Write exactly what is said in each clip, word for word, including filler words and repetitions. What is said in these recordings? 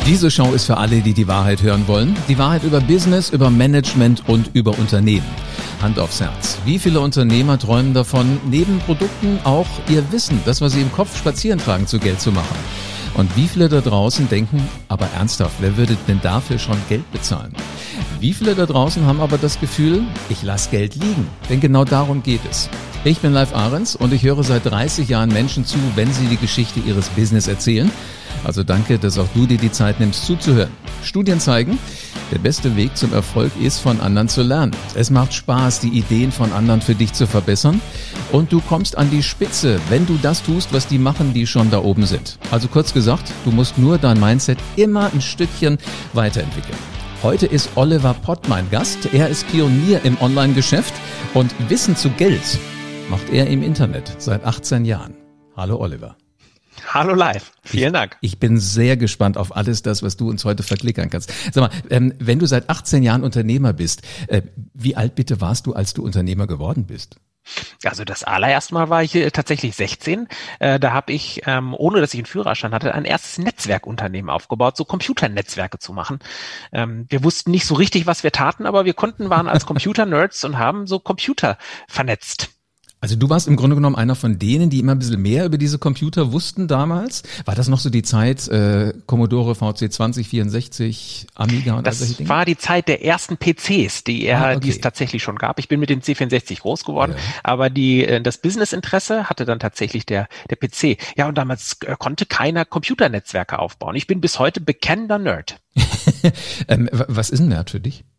Diese Show ist für alle, die die Wahrheit hören wollen. Die Wahrheit über Business, über Management und über Unternehmen. Hand aufs Herz. Wie viele Unternehmer träumen davon, neben Produkten auch ihr Wissen, das, was sie im Kopf spazieren tragen, zu Geld zu machen? Und wie viele da draußen denken, aber ernsthaft, wer würde denn dafür schon Geld bezahlen? Wie viele da draußen haben aber das Gefühl, ich lasse Geld liegen? Denn genau darum geht es. Ich bin Live Ahrens und ich höre seit dreißig Jahren Menschen zu, wenn sie die Geschichte ihres Business erzählen. Also danke, dass auch du dir die Zeit nimmst zuzuhören. Studien zeigen, der beste Weg zum Erfolg ist, von anderen zu lernen. Es macht Spaß, die Ideen von anderen für dich zu verbessern. Und du kommst an die Spitze, wenn du das tust, was die machen, die schon da oben sind. Also kurz gesagt, du musst nur dein Mindset immer ein Stückchen weiterentwickeln. Heute ist Oliver Pott mein Gast. Er ist Pionier im Online-Geschäft und Wissen zu Geld macht er im Internet seit achtzehn Jahren. Hallo Oliver. Hallo Live, vielen Dank. Ich, ich bin sehr gespannt auf alles das, was du uns heute verklickern kannst. Sag mal, ähm, wenn du seit achtzehn Jahren Unternehmer bist, äh, wie alt bitte warst du, als du Unternehmer geworden bist? Also das allererste Mal war ich äh, tatsächlich sechzehn. Äh, da habe ich, ähm, ohne dass ich einen Führerschein hatte, ein erstes Netzwerkunternehmen aufgebaut, so Computernetzwerke zu machen. Ähm, wir wussten nicht so richtig, was wir taten, aber wir konnten, waren als Computer-Nerds und haben so Computer vernetzt. Also du warst im Grunde genommen einer von denen, die immer ein bisschen mehr über diese Computer wussten damals. War das noch so die Zeit äh, Commodore V C zwanzig vierundsechzig, Amiga und all solche Dinge? Das war die Zeit der ersten P Cs, die, ah, er, okay. die es tatsächlich schon gab. Ich bin mit dem C vierundsechzig groß geworden, ja. aber die das Businessinteresse hatte dann tatsächlich der der P C. Ja, und damals äh, konnte keiner Computernetzwerke aufbauen. Ich bin bis heute bekennender Nerd. ähm, was ist ein Nerd für dich?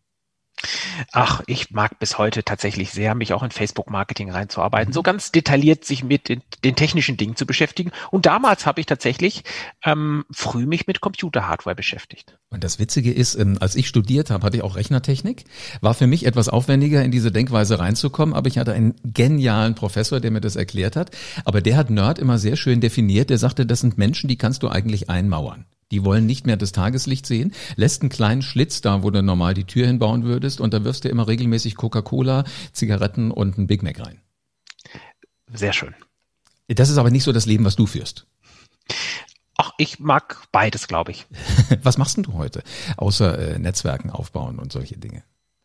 Ach, ich mag bis heute tatsächlich sehr, mich auch in Facebook-Marketing reinzuarbeiten, so ganz detailliert sich mit den, den technischen Dingen zu beschäftigen. Und damals habe ich tatsächlich ähm, früh mich mit Computer-Hardware beschäftigt. Und das Witzige ist, ähm, als ich studiert habe, hatte ich auch Rechnertechnik. War für mich etwas aufwendiger, in diese Denkweise reinzukommen, aber ich hatte einen genialen Professor, der mir das erklärt hat. Aber der hat Nerd immer sehr schön definiert. Der sagte, das sind Menschen, die kannst du eigentlich einmauern. Die wollen nicht mehr das Tageslicht sehen, lässt einen kleinen Schlitz da, wo du normal die Tür hinbauen würdest, und da wirfst du immer regelmäßig Coca-Cola, Zigaretten und ein Big Mac rein. Sehr schön. Das ist aber nicht so das Leben, was du führst. Ach, ich mag beides, glaube ich. Was machst denn du heute, außer äh, Netzwerken aufbauen und solche Dinge?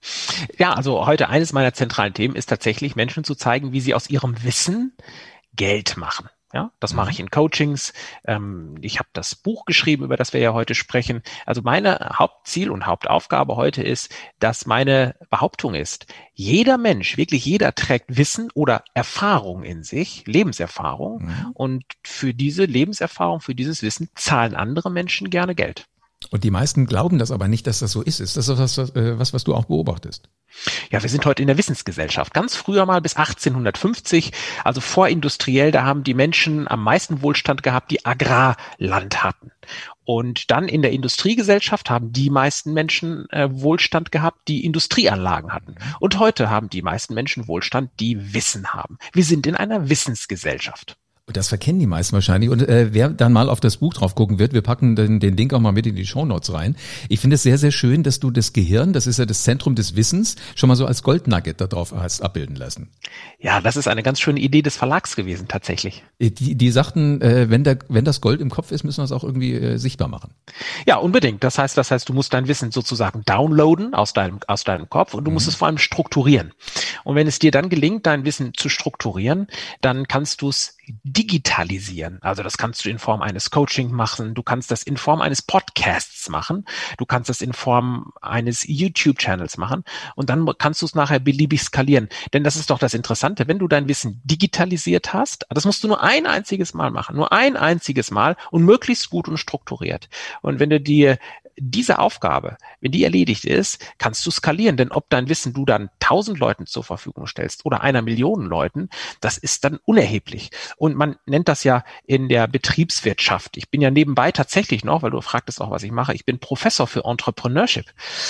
Ja, also heute eines meiner zentralen Themen ist tatsächlich, Menschen zu zeigen, wie sie aus ihrem Wissen Geld machen. Ja, das mache ich in Coachings. Ähm, ich habe das Buch geschrieben, über das wir ja heute sprechen. Also meine Hauptziel und Hauptaufgabe heute ist, dass meine Behauptung ist, jeder Mensch, wirklich jeder trägt Wissen oder Erfahrung in sich, Lebenserfahrung. Mhm. Und für diese Lebenserfahrung, für dieses Wissen zahlen andere Menschen gerne Geld. Und die meisten glauben das aber nicht, dass das so ist. Ist das was, was, was du auch beobachtest? Ja, wir sind heute in der Wissensgesellschaft. Ganz früher mal bis achtzehnhundertfünfzig, also vorindustriell, da haben die Menschen am meisten Wohlstand gehabt, die Agrarland hatten. Und dann in der Industriegesellschaft haben die meisten Menschen äh, Wohlstand gehabt, die Industrieanlagen hatten. Und heute haben die meisten Menschen Wohlstand, die Wissen haben. Wir sind in einer Wissensgesellschaft. Und das verkennen die meisten wahrscheinlich. Und äh, wer dann mal auf das Buch drauf gucken wird, wir packen den, den Link auch mal mit in die Shownotes rein. Ich finde es sehr, sehr schön, dass du das Gehirn, das ist ja das Zentrum des Wissens, schon mal so als Goldnugget da drauf hast abbilden lassen. Ja, das ist eine ganz schöne Idee des Verlags gewesen, tatsächlich. Die, die sagten, äh, wenn, der, wenn das Gold im Kopf ist, müssen wir es auch irgendwie äh, sichtbar machen. Ja, unbedingt. Das heißt, das heißt, du musst dein Wissen sozusagen downloaden aus deinem, aus deinem Kopf und du mhm. musst es vor allem strukturieren. Und wenn es dir dann gelingt, dein Wissen zu strukturieren, dann kannst du es digitalisieren. Also das kannst du in Form eines Coaching machen, du kannst das in Form eines Podcasts machen, du kannst das in Form eines YouTube-Channels machen und dann kannst du es nachher beliebig skalieren. Denn das ist doch das Interessante, wenn du dein Wissen digitalisiert hast, das musst du nur ein einziges Mal machen, nur ein einziges Mal und möglichst gut und strukturiert. Und wenn du dir diese Aufgabe, wenn die erledigt ist, kannst du skalieren, denn ob dein Wissen du dann tausend Leuten zur Verfügung stellst oder einer Million Leuten, das ist dann unerheblich. Und man nennt das ja in der Betriebswirtschaft. Ich bin ja nebenbei tatsächlich noch, weil du fragtest auch, was ich mache, ich bin Professor für Entrepreneurship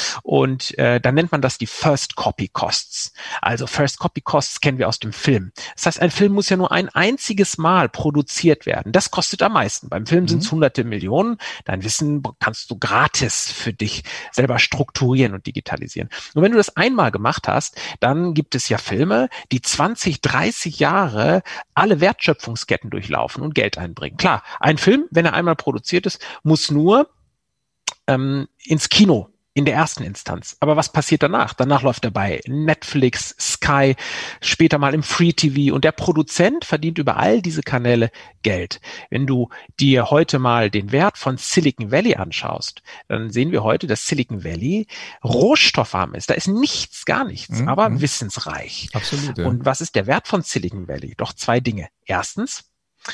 und äh, dann nennt man das die First Copy Costs. Also First Copy Costs kennen wir aus dem Film. Das heißt, ein Film muss ja nur ein einziges Mal produziert werden. Das kostet am meisten. Beim Film mhm. sind es hunderte Millionen. Dein Wissen kannst du gratis für dich selber strukturieren und digitalisieren. Und wenn du das einmal gemacht hast, dann gibt es ja Filme, die zwanzig, dreißig Jahre alle Wertschöpfungsketten durchlaufen und Geld einbringen. Klar, ein Film, wenn er einmal produziert ist, muss nur ähm, ins Kino in der ersten Instanz. Aber was passiert danach? Danach läuft er bei Netflix, Sky, später mal im Free T V und der Produzent verdient über all diese Kanäle Geld. Wenn du dir heute mal den Wert von Silicon Valley anschaust, dann sehen wir heute, dass Silicon Valley rohstoffarm ist. Da ist nichts, gar nichts, mhm. aber wissensreich. Absolut. Ja. Und was ist der Wert von Silicon Valley? Doch zwei Dinge. Erstens,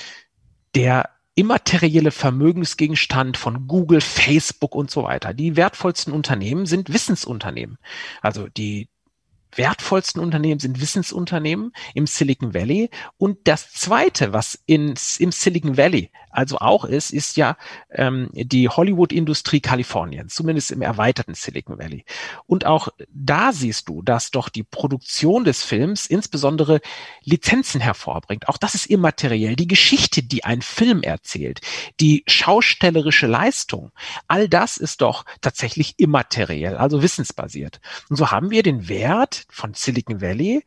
der immaterielle Vermögensgegenstand von Google, Facebook und so weiter. Die wertvollsten Unternehmen sind Wissensunternehmen. Also die wertvollsten Unternehmen sind Wissensunternehmen im Silicon Valley. Und das Zweite, was in, im Silicon Valley also auch ist, ist ja ähm, die Hollywood-Industrie Kaliforniens, zumindest im erweiterten Silicon Valley. Und auch da siehst du, dass doch die Produktion des Films insbesondere Lizenzen hervorbringt. Auch das ist immateriell. Die Geschichte, die ein Film erzählt, die schaustellerische Leistung, all das ist doch tatsächlich immateriell, also wissensbasiert. Und so haben wir den Wert von Silicon Valley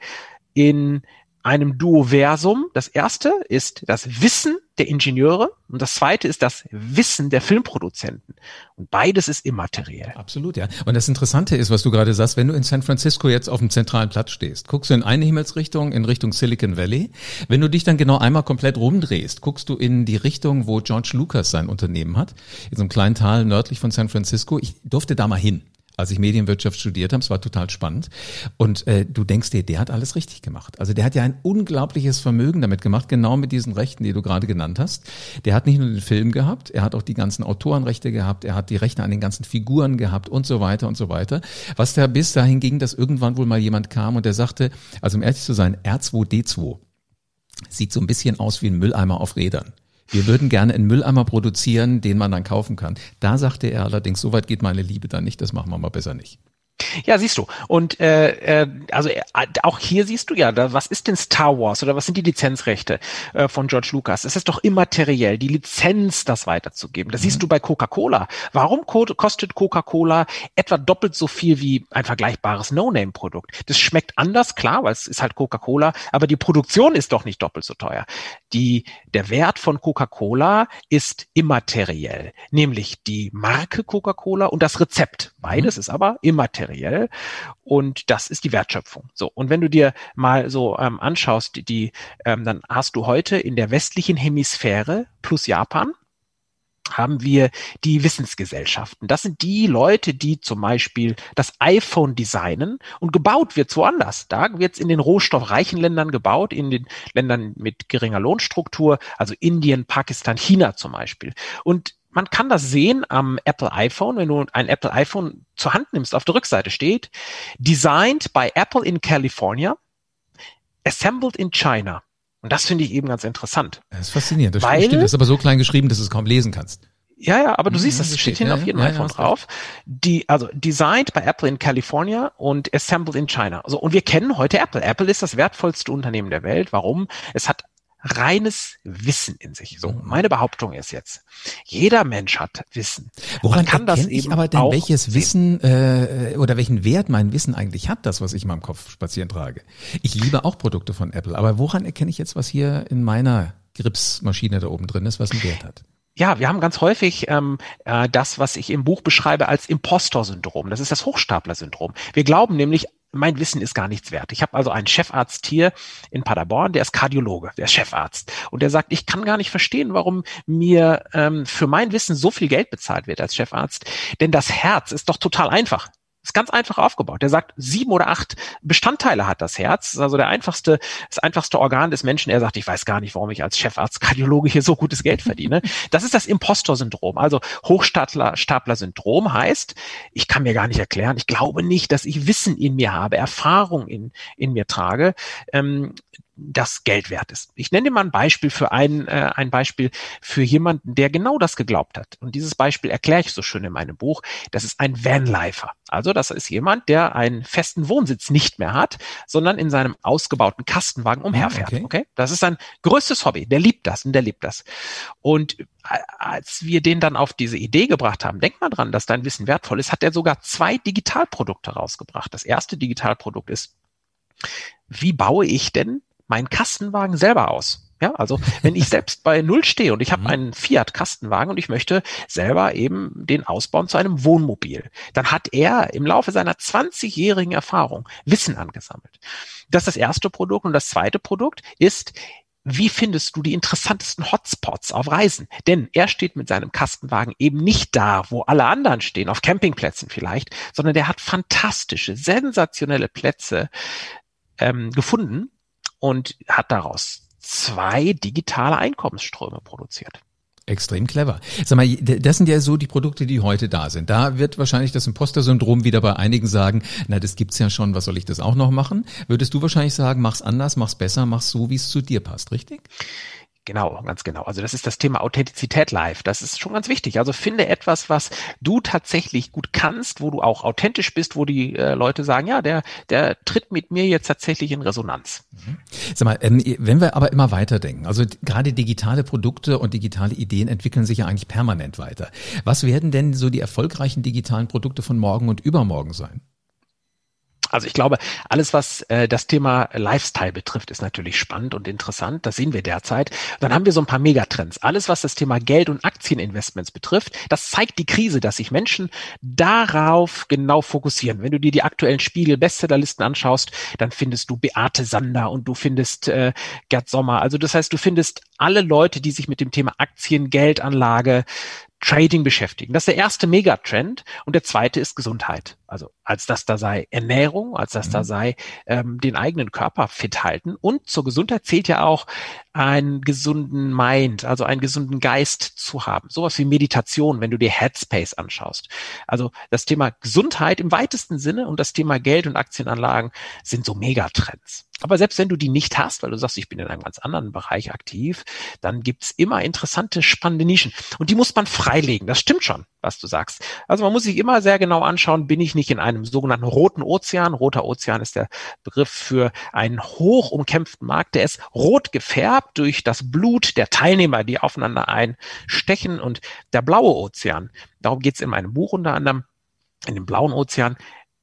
in einem Duoversum. Das erste ist das Wissen der Ingenieure und das zweite ist das Wissen der Filmproduzenten. Und beides ist immateriell. Absolut, ja. Und das Interessante ist, was du gerade sagst, wenn du in San Francisco jetzt auf dem zentralen Platz stehst, guckst du in eine Himmelsrichtung, in Richtung Silicon Valley. Wenn du dich dann genau einmal komplett rumdrehst, guckst du in die Richtung, wo George Lucas sein Unternehmen hat, in so einem kleinen Tal nördlich von San Francisco. Ich durfte da mal hin, als ich Medienwirtschaft studiert habe. Es war total spannend. Und äh, du denkst dir, der hat alles richtig gemacht. Also der hat ja ein unglaubliches Vermögen damit gemacht, genau mit diesen Rechten, die du gerade genannt hast. Der hat nicht nur den Film gehabt, er hat auch die ganzen Autorenrechte gehabt, er hat die Rechte an den ganzen Figuren gehabt und so weiter und so weiter. Was da bis dahin ging, dass irgendwann wohl mal jemand kam und der sagte, also um ehrlich zu sein, R zwei D zwei sieht so ein bisschen aus wie ein Mülleimer auf Rädern. Wir würden gerne einen Mülleimer produzieren, den man dann kaufen kann. Da sagte er allerdings, so weit geht meine Liebe dann nicht, das machen wir mal besser nicht. Ja, siehst du. Und äh, äh, also äh, auch hier siehst du ja, da, was ist denn Star Wars oder was sind die Lizenzrechte äh, von George Lucas? Es ist doch immateriell, die Lizenz, das weiterzugeben. Das mhm. siehst du bei Coca-Cola. Warum ko- kostet Coca-Cola etwa doppelt so viel wie ein vergleichbares No-Name-Produkt? Das schmeckt anders, klar, weil es ist halt Coca-Cola, aber die Produktion ist doch nicht doppelt so teuer. Die, der Wert von Coca-Cola ist immateriell, nämlich die Marke Coca-Cola und das Rezept. Beides mhm. ist aber immateriell. Und das ist die Wertschöpfung. So. Und wenn du dir mal so ähm, anschaust, die, die ähm, dann hast du heute in der westlichen Hemisphäre plus Japan haben wir die Wissensgesellschaften. Das sind die Leute, die zum Beispiel das iPhone designen und gebaut wird woanders. Da wird es in den rohstoffreichen Ländern gebaut, in den Ländern mit geringer Lohnstruktur, also Indien, Pakistan, China zum Beispiel. Und man kann das sehen am Apple iPhone, wenn du ein Apple iPhone zur Hand nimmst, auf der Rückseite steht, designed by Apple in California, assembled in China. Und das finde ich eben ganz interessant. Das ist faszinierend. Das Weil, stimmt, das ist aber so klein geschrieben, dass du es kaum lesen kannst. Ja, ja, aber du siehst, das steht hin ja, auf jedem ja, iPhone ja, drauf. Die, also designed by Apple in California und assembled in China. Also, und wir kennen heute Apple. Apple ist das wertvollste Unternehmen der Welt. Warum? Es hat reines Wissen in sich. So, meine Behauptung ist jetzt, jeder Mensch hat Wissen. Woran Man kann das erkenne ich eben aber denn, auch welches sehen. Wissen äh, oder welchen Wert mein Wissen eigentlich hat, das, was ich in meinem Kopf spazieren trage? Ich liebe auch Produkte von Apple, aber woran erkenne ich jetzt, was hier in meiner Gripsmaschine da oben drin ist, was einen Wert hat? Ja, wir haben ganz häufig ähm, äh, das, was ich im Buch beschreibe als Impostor-Syndrom. Das ist das Hochstapler-Syndrom. Wir glauben nämlich, mein Wissen ist gar nichts wert. Ich habe also einen Chefarzt hier in Paderborn, der ist Kardiologe, der ist Chefarzt. Und der sagt, ich kann gar nicht verstehen, warum mir ähm, für mein Wissen so viel Geld bezahlt wird als Chefarzt. Denn das Herz ist doch total einfach. Ist ganz einfach aufgebaut. Der sagt, sieben oder acht Bestandteile hat das Herz. Das ist also der einfachste, das einfachste Organ des Menschen. Er sagt, ich weiß gar nicht, warum ich als Chefarzt Kardiologe hier so gutes Geld verdiene. Das ist das Impostor-Syndrom. Also Hochstapler-Syndrom heißt, ich kann mir gar nicht erklären. Ich glaube nicht, dass ich Wissen in mir habe, Erfahrung in, in mir trage. Ähm, das Geld wert ist. Ich nenne dir mal ein Beispiel für ein, äh, ein Beispiel für jemanden, der genau das geglaubt hat. Und dieses Beispiel erkläre ich so schön in meinem Buch. Das ist ein Vanlifer. Also das ist jemand, der einen festen Wohnsitz nicht mehr hat, sondern in seinem ausgebauten Kastenwagen umherfährt. Okay. Okay? Das ist sein größtes Hobby. Der liebt das und der lebt das. Und als wir den dann auf diese Idee gebracht haben, denk mal dran, dass dein Wissen wertvoll ist, hat er sogar zwei Digitalprodukte rausgebracht. Das erste Digitalprodukt ist, wie baue ich denn meinen Kastenwagen selber aus? Ja, also wenn ich selbst bei Null stehe und ich habe einen Fiat-Kastenwagen und ich möchte selber eben den ausbauen zu einem Wohnmobil, dann hat er im Laufe seiner zwanzigjährigen Erfahrung Wissen angesammelt. Das ist das erste Produkt. Und das zweite Produkt ist, wie findest du die interessantesten Hotspots auf Reisen? Denn er steht mit seinem Kastenwagen eben nicht da, wo alle anderen stehen, auf Campingplätzen vielleicht, sondern der hat fantastische, sensationelle Plätze ähm, gefunden und hat daraus zwei digitale Einkommensströme produziert. Extrem clever. Sag mal, das sind ja so die Produkte, die heute da sind. Da wird wahrscheinlich das Imposter-Syndrom wieder bei einigen sagen, na, das gibt's ja schon, was soll ich das auch noch machen? Würdest du wahrscheinlich sagen, mach's anders, mach's besser, mach's so, wie es zu dir passt, richtig? Genau, ganz genau. Also das ist das Thema Authentizität live. Das ist schon ganz wichtig. Also finde etwas, was du tatsächlich gut kannst, wo du auch authentisch bist, wo die äh, Leute sagen, ja, der, der tritt mit mir jetzt tatsächlich in Resonanz. Mhm. Sag mal, ähm, wenn wir aber immer weiterdenken, also gerade digitale Produkte und digitale Ideen entwickeln sich ja eigentlich permanent weiter. Was werden denn so die erfolgreichen digitalen Produkte von morgen und übermorgen sein? Also ich glaube, alles, was äh, das Thema Lifestyle betrifft, ist natürlich spannend und interessant. Das sehen wir derzeit. Dann haben wir so ein paar Megatrends. Alles, was das Thema Geld- und Aktieninvestments betrifft, das zeigt die Krise, dass sich Menschen darauf genau fokussieren. Wenn du dir die aktuellen Spiegel-Bestsellerlisten anschaust, dann findest du Beate Sander und du findest äh, Gerd Sommer. Also das heißt, du findest alle Leute, die sich mit dem Thema Aktien, Geldanlage, Trading beschäftigen. Das ist der erste Megatrend. Und der zweite ist Gesundheit. Also als das da sei Ernährung, als das mhm. da sei ähm, den eigenen Körper fit halten. Und zur Gesundheit zählt ja auch einen gesunden Mind, also einen gesunden Geist zu haben. Sowas wie Meditation, wenn du dir Headspace anschaust. Also das Thema Gesundheit im weitesten Sinne und das Thema Geld- und Aktienanlagen sind so Megatrends. Aber selbst wenn du die nicht hast, weil du sagst, ich bin in einem ganz anderen Bereich aktiv, dann gibt's immer interessante, spannende Nischen. Und die muss man freilegen. Das stimmt schon, was du sagst. Also man muss sich immer sehr genau anschauen, bin ich nicht in einem sogenannten roten Ozean? Roter Ozean ist der Begriff für einen hoch umkämpften Markt. Der ist rot gefärbt durch das Blut der Teilnehmer, die aufeinander einstechen. Und der blaue Ozean, darum geht's in meinem Buch unter anderem, in dem blauen Ozean,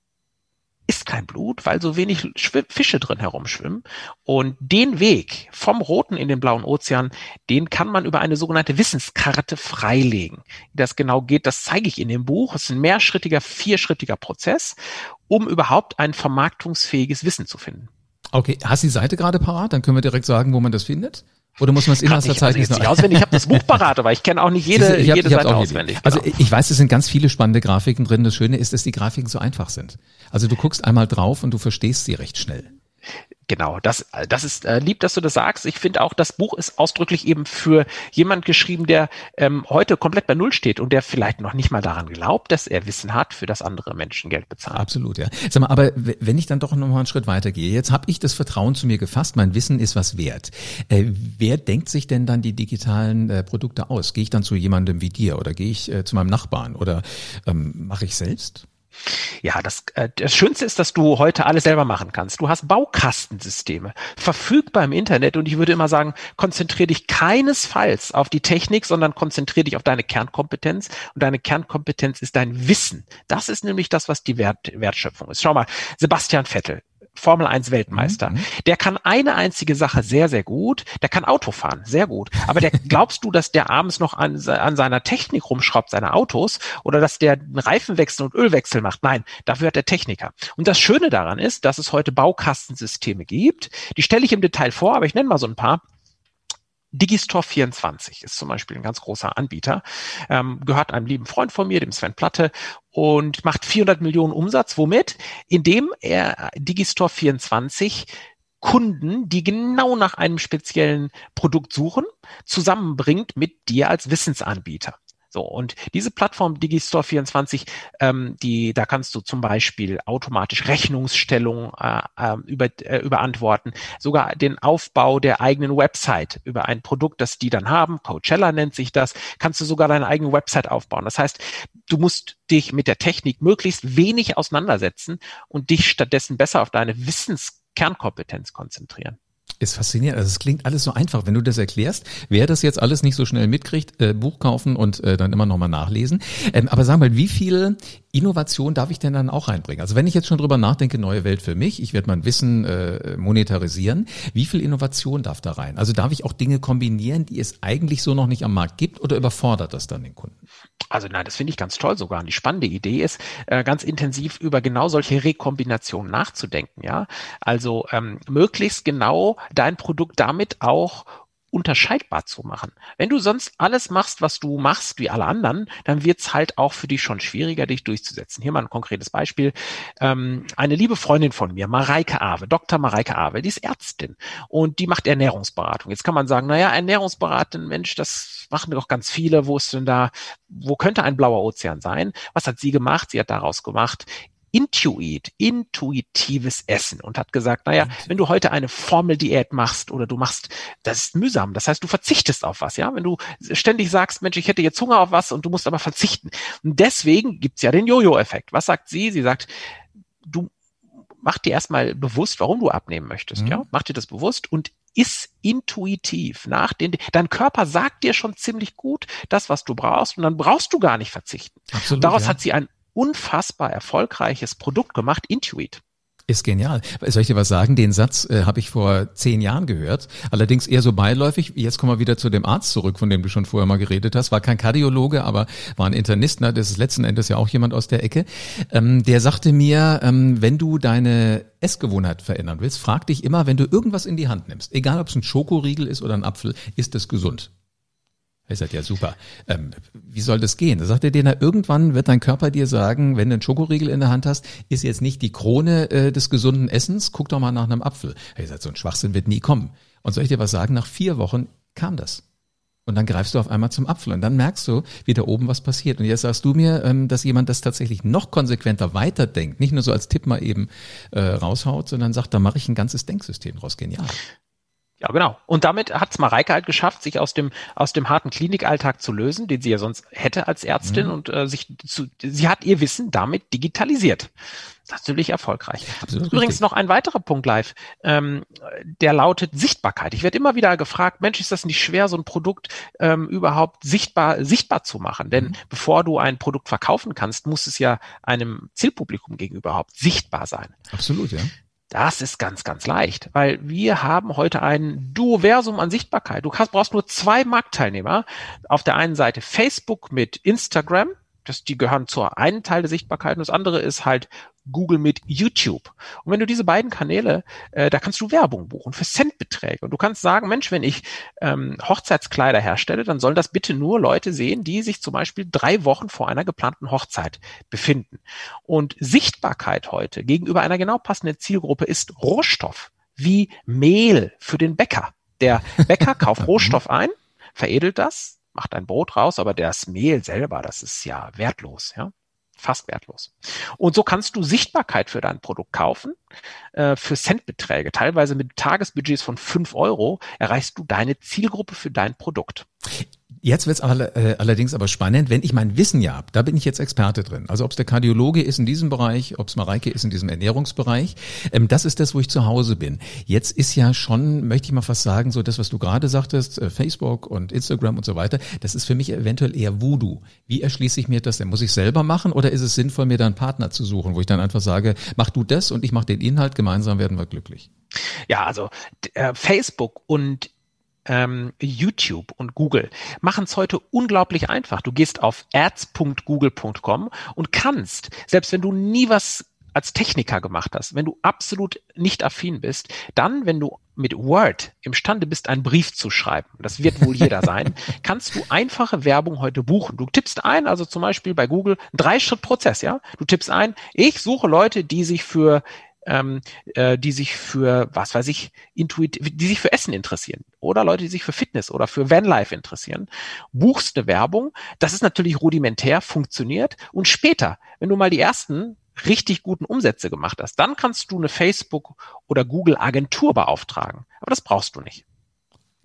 ist kein Blut, weil so wenig Fische drin herumschwimmen. Und den Weg vom Roten in den Blauen Ozean, den kann man über eine sogenannte Wissenskarte freilegen. Wie das genau geht, das zeige ich in dem Buch. Es ist ein mehrschrittiger, vierschrittiger Prozess, um überhaupt ein vermarktungsfähiges Wissen zu finden. Okay, hast du die Seite gerade parat? Dann können wir direkt sagen, wo man das findet. Oder muss man es Inhaltsverzeichnis noch? Auswendig. Ich habe das Buch parat, aber ich kenne auch nicht jede, ich hab, jede ich Seite auch auswendig. Genau. Also ich weiß, es sind ganz viele spannende Grafiken drin. Das Schöne ist, dass die Grafiken so einfach sind. Also du guckst einmal drauf und du verstehst sie recht schnell. Genau, das, das ist äh, lieb, dass du das sagst. Ich finde auch, das Buch ist ausdrücklich eben für jemand geschrieben, der ähm, heute komplett bei Null steht und der vielleicht noch nicht mal daran glaubt, dass er Wissen hat, für das andere Menschen Geld bezahlen. Absolut, ja. Sag mal, aber wenn ich dann doch noch mal einen Schritt weitergehe, jetzt habe ich das Vertrauen zu mir gefasst, mein Wissen ist was wert. Äh, wer denkt sich denn dann die digitalen äh, Produkte aus? Gehe ich dann zu jemandem wie dir oder gehe ich äh, zu meinem Nachbarn oder ähm, mache ich selbst? Ja, das, äh, das Schönste ist, dass du heute alles selber machen kannst. Du hast Baukastensysteme verfügbar im Internet und ich würde immer sagen, konzentriere dich keinesfalls auf die Technik, sondern konzentriere dich auf deine Kernkompetenz und deine Kernkompetenz ist dein Wissen. Das ist nämlich das, was die Wert, Wertschöpfung ist. Schau mal, Sebastian Vettel, Formel eins Weltmeister, mhm. der kann eine einzige Sache sehr, sehr gut, der kann Auto fahren, sehr gut. Aber der, glaubst du, dass der abends noch an, an seiner Technik rumschraubt, seine Autos, oder dass der einen Reifenwechsel und Ölwechsel macht? Nein, dafür hat der Techniker. Und das Schöne daran ist, dass es heute Baukastensysteme gibt, die stelle ich im Detail vor, aber ich nenne mal so ein paar. Digistore vierundzwanzig ist zum Beispiel ein ganz großer Anbieter, ähm, gehört einem lieben Freund von mir, dem Sven Platte, und macht vierhundert Millionen Umsatz. Womit? Indem er Digistore vierundzwanzig Kunden, die genau nach einem speziellen Produkt suchen, zusammenbringt mit dir als Wissensanbieter. So, und diese Plattform Digistore vierundzwanzig, ähm, die, da kannst du zum Beispiel automatisch Rechnungsstellung äh, äh, über, äh, überantworten, sogar den Aufbau der eigenen Website über ein Produkt, das die dann haben, Coachella nennt sich das, kannst du sogar deine eigene Website aufbauen. Das heißt, du musst dich mit der Technik möglichst wenig auseinandersetzen und dich stattdessen besser auf deine Wissenskernkompetenz konzentrieren. Ist faszinierend. Also es klingt alles so einfach, wenn du das erklärst. Wer das jetzt alles nicht so schnell mitkriegt, äh, Buch kaufen und äh, dann immer nochmal nachlesen. Ähm, aber sag mal, wie viel Innovation darf ich denn dann auch reinbringen? Also wenn ich jetzt schon drüber nachdenke, neue Welt für mich, ich werde mein Wissen äh, monetarisieren, wie viel Innovation darf da rein? Also darf ich auch Dinge kombinieren, die es eigentlich so noch nicht am Markt gibt, oder überfordert das dann den Kunden? Also nein, das finde ich ganz toll sogar. Und die spannende Idee ist, äh, ganz intensiv über genau solche Rekombinationen nachzudenken. Ja, also ähm, möglichst genau dein Produkt damit auch unterscheidbar zu machen. Wenn du sonst alles machst, was du machst, wie alle anderen, dann wird's halt auch für dich schon schwieriger, dich durchzusetzen. Hier mal ein konkretes Beispiel. Ähm, eine liebe Freundin von mir, Mareike Awe, Doktor Mareike Awe, die ist Ärztin und die macht Ernährungsberatung. Jetzt kann man sagen, naja, Ernährungsberatung, Mensch, das machen doch ganz viele. Wo ist denn da, wo könnte ein blauer Ozean sein? Was hat sie gemacht? Sie hat daraus gemacht Intuit, intuitives Essen und hat gesagt, naja, wenn du heute eine Formeldiät machst oder du machst, das ist mühsam. Das heißt, du verzichtest auf was, ja? Wenn du ständig sagst, Mensch, ich hätte jetzt Hunger auf was und du musst aber verzichten. Und deswegen gibt's ja den Jojo-Effekt. Was sagt sie? Sie sagt, du mach dir erstmal bewusst, warum du abnehmen möchtest, mhm. ja? Mach dir das bewusst und iss intuitiv nach den, dein Körper sagt dir schon ziemlich gut das, was du brauchst und dann brauchst du gar nicht verzichten. Absolut, Daraus ja. hat sie ein unfassbar erfolgreiches Produkt gemacht, Intuit. Ist genial. Soll ich dir was sagen? Den Satz äh, habe ich vor zehn Jahren gehört. Allerdings eher so beiläufig. Jetzt kommen wir wieder zu dem Arzt zurück, von dem du schon vorher mal geredet hast. War kein Kardiologe, aber war ein Internist. Ne? Das ist letzten Endes ja auch jemand aus der Ecke. Ähm, der sagte mir, ähm, wenn du deine Essgewohnheit verändern willst, frag dich immer, wenn du irgendwas in die Hand nimmst, egal ob es ein Schokoriegel ist oder ein Apfel, ist es gesund? Er sagt, ja super, ähm, wie soll das gehen? Da sagt er dir, na, irgendwann wird dein Körper dir sagen, wenn du einen Schokoriegel in der Hand hast, ist jetzt nicht die Krone äh, des gesunden Essens, guck doch mal nach einem Apfel. Er sagt, so ein Schwachsinn wird nie kommen. Und soll ich dir was sagen, nach vier Wochen kam das. Und dann greifst du auf einmal zum Apfel und dann merkst du, wie da oben was passiert. Und jetzt sagst du mir, ähm, dass jemand das tatsächlich noch konsequenter weiterdenkt, nicht nur so als Tipp mal eben äh, raushaut, sondern sagt, da mache ich ein ganzes Denksystem draus. Genial. Ja, genau. Und damit hat's Mareike halt geschafft, sich aus dem aus dem harten Klinikalltag zu lösen, den sie ja sonst hätte als Ärztin mhm. und äh, sich zu, sie hat ihr Wissen damit digitalisiert. Das ist natürlich erfolgreich. Absolut Übrigens richtig. noch ein weiterer Punkt live, ähm, der lautet Sichtbarkeit. Ich werde immer wieder gefragt, Mensch, ist das nicht schwer, so ein Produkt ähm, überhaupt sichtbar sichtbar zu machen? Denn mhm. bevor du ein Produkt verkaufen kannst, muss es ja einem Zielpublikum gegenüber überhaupt sichtbar sein. Absolut, ja. Das ist ganz, ganz leicht, weil wir haben heute ein Duoversum an Sichtbarkeit. Du hast, brauchst nur zwei Marktteilnehmer. Auf der einen Seite Facebook mit Instagram, das, die gehören zur einen Teil der Sichtbarkeit und das andere ist halt Google mit YouTube. Und wenn du diese beiden Kanäle, äh, da kannst du Werbung buchen für Centbeträge. Und du kannst sagen, Mensch, wenn ich ähm, Hochzeitskleider herstelle, dann sollen das bitte nur Leute sehen, die sich zum Beispiel drei Wochen vor einer geplanten Hochzeit befinden. Und Sichtbarkeit heute gegenüber einer genau passenden Zielgruppe ist Rohstoff, wie Mehl für den Bäcker. Der Bäcker kauft Rohstoff ein, veredelt das, macht ein Brot raus, aber das Mehl selber, das ist ja wertlos, ja. Fast wertlos. Und so kannst du Sichtbarkeit für dein Produkt kaufen, äh, für Centbeträge. Teilweise mit Tagesbudgets von fünf Euro erreichst du deine Zielgruppe für dein Produkt. Jetzt wird's alle, äh, allerdings aber spannend, wenn ich mein Wissen ja habe, da bin ich jetzt Experte drin. Also ob es der Kardiologe ist in diesem Bereich, ob es Mareike ist in diesem Ernährungsbereich, ähm, das ist das, wo ich zu Hause bin. Jetzt ist ja schon, möchte ich mal fast sagen, so das, was du gerade sagtest, äh, Facebook und Instagram und so weiter, das ist für mich eventuell eher Voodoo. Wie erschließe ich mir das denn? Muss ich selber machen oder ist es sinnvoll, mir da einen Partner zu suchen, wo ich dann einfach sage, mach du das und ich mache den Inhalt, gemeinsam werden wir glücklich? Ja, also äh, Facebook und Ähm, YouTube und Google machen es heute unglaublich einfach. Du gehst auf ads punkt google punkt com und kannst, selbst wenn du nie was als Techniker gemacht hast, wenn du absolut nicht affin bist, dann, wenn du mit Word imstande bist, einen Brief zu schreiben, das wird wohl jeder sein, kannst du einfache Werbung heute buchen. Du tippst ein, also zum Beispiel bei Google, ein Drei-Schritt-Prozess, ja. Du tippst ein, ich suche Leute, die sich für Ähm, äh, die sich für, was weiß ich, intuitiv, die sich für Essen interessieren oder Leute, die sich für Fitness oder für Vanlife interessieren, buchst eine Werbung, das ist natürlich rudimentär, funktioniert und später, wenn du mal die ersten richtig guten Umsätze gemacht hast, dann kannst du eine Facebook- oder Google-Agentur beauftragen, aber das brauchst du nicht.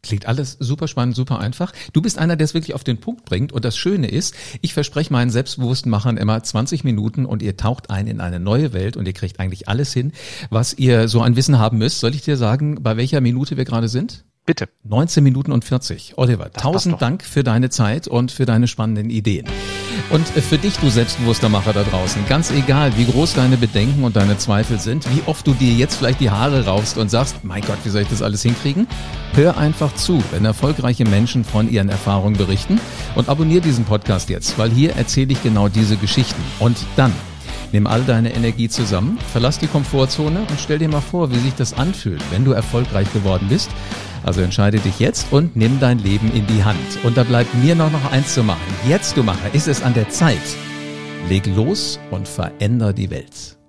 Klingt alles super spannend, super einfach. Du bist einer, der es wirklich auf den Punkt bringt. Und das Schöne ist, ich verspreche meinen selbstbewussten Machern immer zwanzig Minuten und ihr taucht ein in eine neue Welt und ihr kriegt eigentlich alles hin, was ihr so an Wissen haben müsst. Soll ich dir sagen, bei welcher Minute wir gerade sind? Bitte. neunzehn Minuten und vierzig. Oliver, das tausend Dank für deine Zeit und für deine spannenden Ideen. Und für dich, du selbstbewusster Macher da draußen, ganz egal, wie groß deine Bedenken und deine Zweifel sind, wie oft du dir jetzt vielleicht die Haare raufst und sagst, mein Gott, wie soll ich das alles hinkriegen? Hör einfach zu, wenn erfolgreiche Menschen von ihren Erfahrungen berichten und abonniere diesen Podcast jetzt, weil hier erzähle ich genau diese Geschichten. Und dann nimm all deine Energie zusammen, verlass die Komfortzone und stell dir mal vor, wie sich das anfühlt, wenn du erfolgreich geworden bist. Also entscheide dich jetzt und nimm dein Leben in die Hand. Und da bleibt mir noch, noch eins zu machen. Jetzt, du Macher, ist es an der Zeit. Leg los und veränder die Welt.